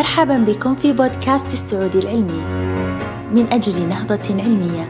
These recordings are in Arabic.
مرحبا بكم في بودكاست السعودي العلمي من أجل نهضة علمية.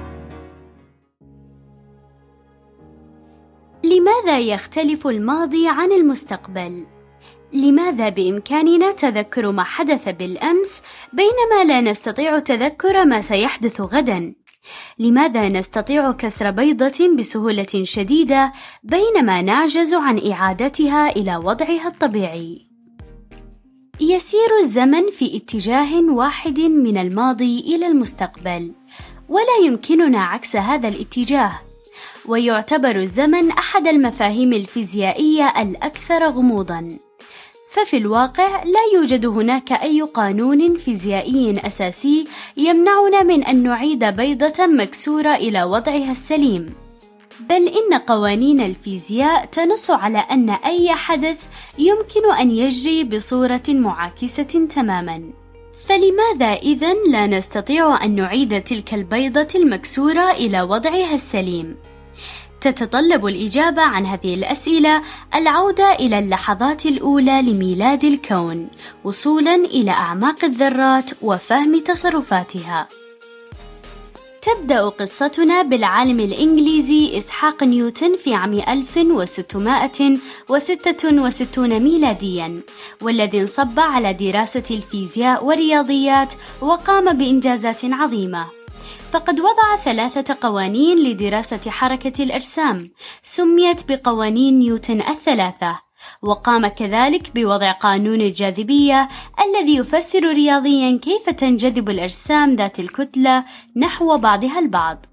لماذا يختلف الماضي عن المستقبل؟ لماذا بإمكاننا تذكر ما حدث بالأمس بينما لا نستطيع تذكر ما سيحدث غداً؟ لماذا نستطيع كسر بيضة بسهولة شديدة بينما نعجز عن إعادتها إلى وضعها الطبيعي؟ يسير الزمن في اتجاه واحد من الماضي إلى المستقبل، ولا يمكننا عكس هذا الاتجاه، ويعتبر الزمن أحد المفاهيم الفيزيائية الأكثر غموضاً، ففي الواقع لا يوجد هناك أي قانون فيزيائي أساسي يمنعنا من أن نعيد بيضة مكسورة إلى وضعها السليم، بل إن قوانين الفيزياء تنص على أن أي حدث يمكن أن يجري بصورة معاكسة تماماً. فلماذا إذن لا نستطيع أن نعيد تلك البيضة المكسورة إلى وضعها السليم؟ تتطلب الإجابة عن هذه الأسئلة العودة إلى اللحظات الأولى لميلاد الكون، وصولاً إلى أعماق الذرات وفهم تصرفاتها. تبدأ قصتنا بالعالم الإنجليزي إسحاق نيوتن في عام 1666 ميلادياً، والذي انصب على دراسة الفيزياء والرياضيات وقام بإنجازات عظيمة. فقد وضع 3 قوانين لدراسة حركة الأجسام سميت بقوانين نيوتن الثلاثة، وقام كذلك بوضع قانون الجاذبية الذي يفسر رياضياً كيف تنجذب الأجسام ذات الكتلة نحو بعضها البعض.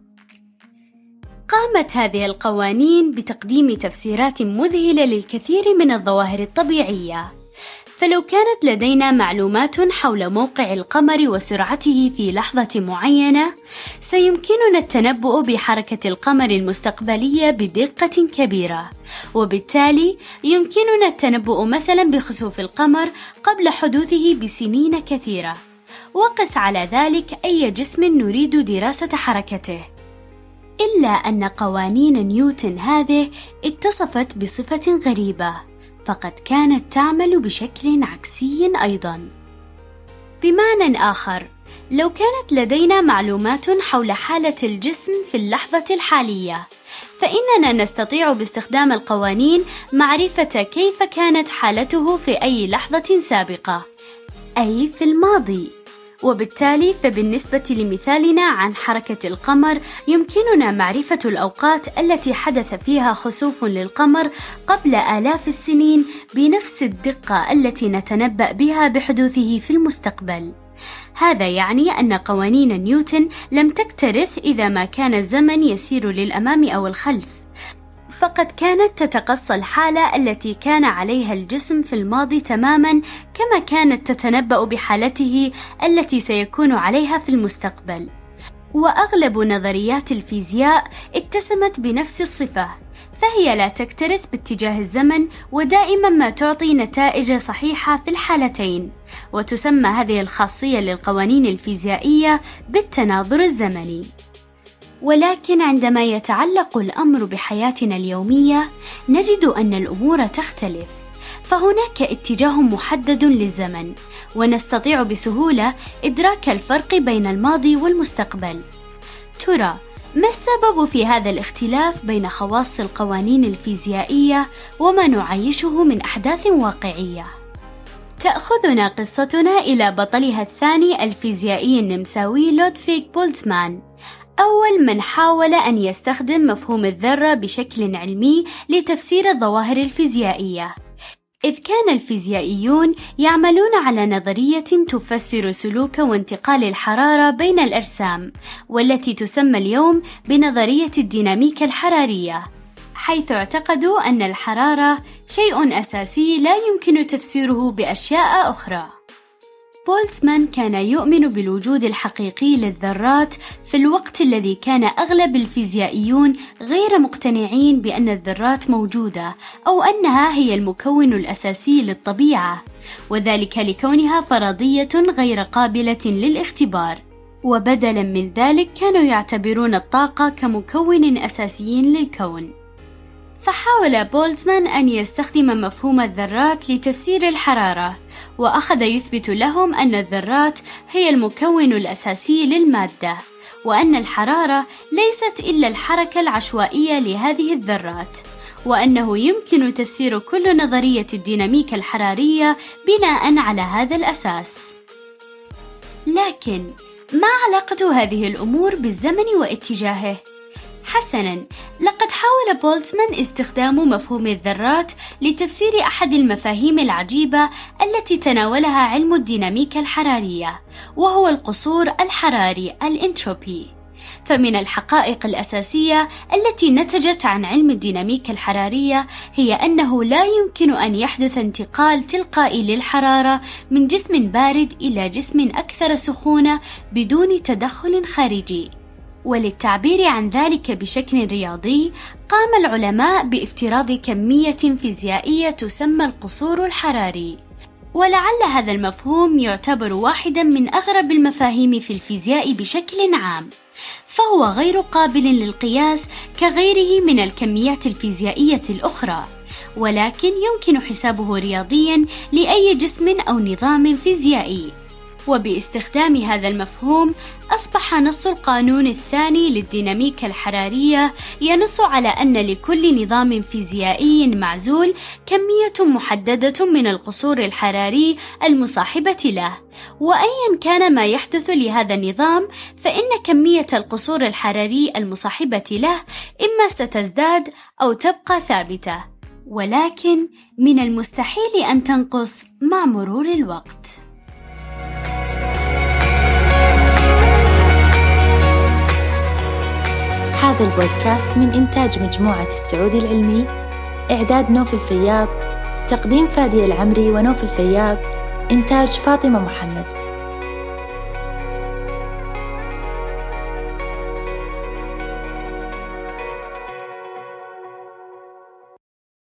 قامت هذه القوانين بتقديم تفسيرات مذهلة للكثير من الظواهر الطبيعية، فلو كانت لدينا معلومات حول موقع القمر وسرعته في لحظة معينة، سيمكننا التنبؤ بحركة القمر المستقبلية بدقة كبيرة، وبالتالي يمكننا التنبؤ مثلا بخسوف القمر قبل حدوثه بسنين كثيرة، وقس على ذلك أي جسم نريد دراسة حركته. إلا أن قوانين نيوتن هذه اتصفت بصفة غريبة، فقد كانت تعمل بشكل عكسي أيضاً. بمعنى آخر، لو كانت لدينا معلومات حول حالة الجسم في اللحظة الحالية، فإننا نستطيع باستخدام القوانين معرفة كيف كانت حالته في أي لحظة سابقة، أي في الماضي. وبالتالي فبالنسبة لمثالنا عن حركة القمر، يمكننا معرفة الأوقات التي حدث فيها خسوف للقمر قبل آلاف السنين بنفس الدقة التي نتنبأ بها بحدوثه في المستقبل. هذا يعني أن قوانين نيوتن لم تكترث إذا ما كان الزمن يسير للأمام أو الخلف، فقد كانت تتقصى الحالة التي كان عليها الجسم في الماضي تماماً كما كانت تتنبأ بحالته التي سيكون عليها في المستقبل. وأغلب نظريات الفيزياء اتسمت بنفس الصفة، فهي لا تكترث باتجاه الزمن، ودائماً ما تعطي نتائج صحيحة في الحالتين، وتسمى هذه الخاصية للقوانين الفيزيائية بالتناظر الزمني. ولكن عندما يتعلق الأمر بحياتنا اليومية، نجد أن الأمور تختلف، فهناك اتجاه محدد للزمن، ونستطيع بسهولة إدراك الفرق بين الماضي والمستقبل. ترى ما السبب في هذا الاختلاف بين خواص القوانين الفيزيائية وما نعيشه من أحداث واقعية؟ تأخذنا قصتنا إلى بطلها الثاني الفيزيائي النمساوي لودفيغ بولتزمان، أول من حاول أن يستخدم مفهوم الذرة بشكل علمي لتفسير الظواهر الفيزيائية، إذ كان الفيزيائيون يعملون على نظرية تفسر سلوك وانتقال الحرارة بين الأجسام، والتي تسمى اليوم بنظرية الديناميكا الحرارية، حيث اعتقدوا أن الحرارة شيء أساسي لا يمكن تفسيره بأشياء أخرى. بولتزمان كان يؤمن بالوجود الحقيقي للذرات في الوقت الذي كان أغلب الفيزيائيون غير مقتنعين بأن الذرات موجودة أو أنها هي المكون الأساسي للطبيعة، وذلك لكونها فرضية غير قابلة للاختبار. وبدلاً من ذلك كانوا يعتبرون الطاقة كمكون أساسي للكون. فحاول بولتزمان أن يستخدم مفهوم الذرات لتفسير الحرارة، وأخذ يثبت لهم أن الذرات هي المكون الأساسي للمادة، وأن الحرارة ليست إلا الحركة العشوائية لهذه الذرات، وأنه يمكن تفسير كل نظرية الديناميكا الحرارية بناء على هذا الأساس. لكن ما علاقة هذه الأمور بالزمن واتجاهه؟ حسناً، لقد حاول بولتزمان استخدام مفهوم الذرات لتفسير أحد المفاهيم العجيبة التي تناولها علم الديناميكا الحرارية، وهو القصور الحراري الإنتروبي. فمن الحقائق الأساسية التي نتجت عن علم الديناميكا الحرارية هي أنه لا يمكن أن يحدث انتقال تلقائي للحرارة من جسم بارد إلى جسم أكثر سخونة بدون تدخل خارجي. وللتعبير عن ذلك بشكل رياضي، قام العلماء بافتراض كمية فيزيائية تسمى القصور الحراري، ولعل هذا المفهوم يعتبر واحدا من أغرب المفاهيم في الفيزياء بشكل عام، فهو غير قابل للقياس كغيره من الكميات الفيزيائية الأخرى، ولكن يمكن حسابه رياضيا لأي جسم أو نظام فيزيائي. وباستخدام هذا المفهوم أصبح نص القانون الثاني للديناميكا الحرارية ينص على أن لكل نظام فيزيائي معزول كمية محددة من القصور الحراري المصاحبة له، وأيا كان ما يحدث لهذا النظام فإن كمية القصور الحراري المصاحبة له إما ستزداد أو تبقى ثابتة، ولكن من المستحيل أن تنقص مع مرور الوقت. هذا البودكاست من إنتاج مجموعة السعودي العلمي، إعداد نوف الفياض، تقديم فادي العمري ونوف الفياض، إنتاج فاطمة محمد.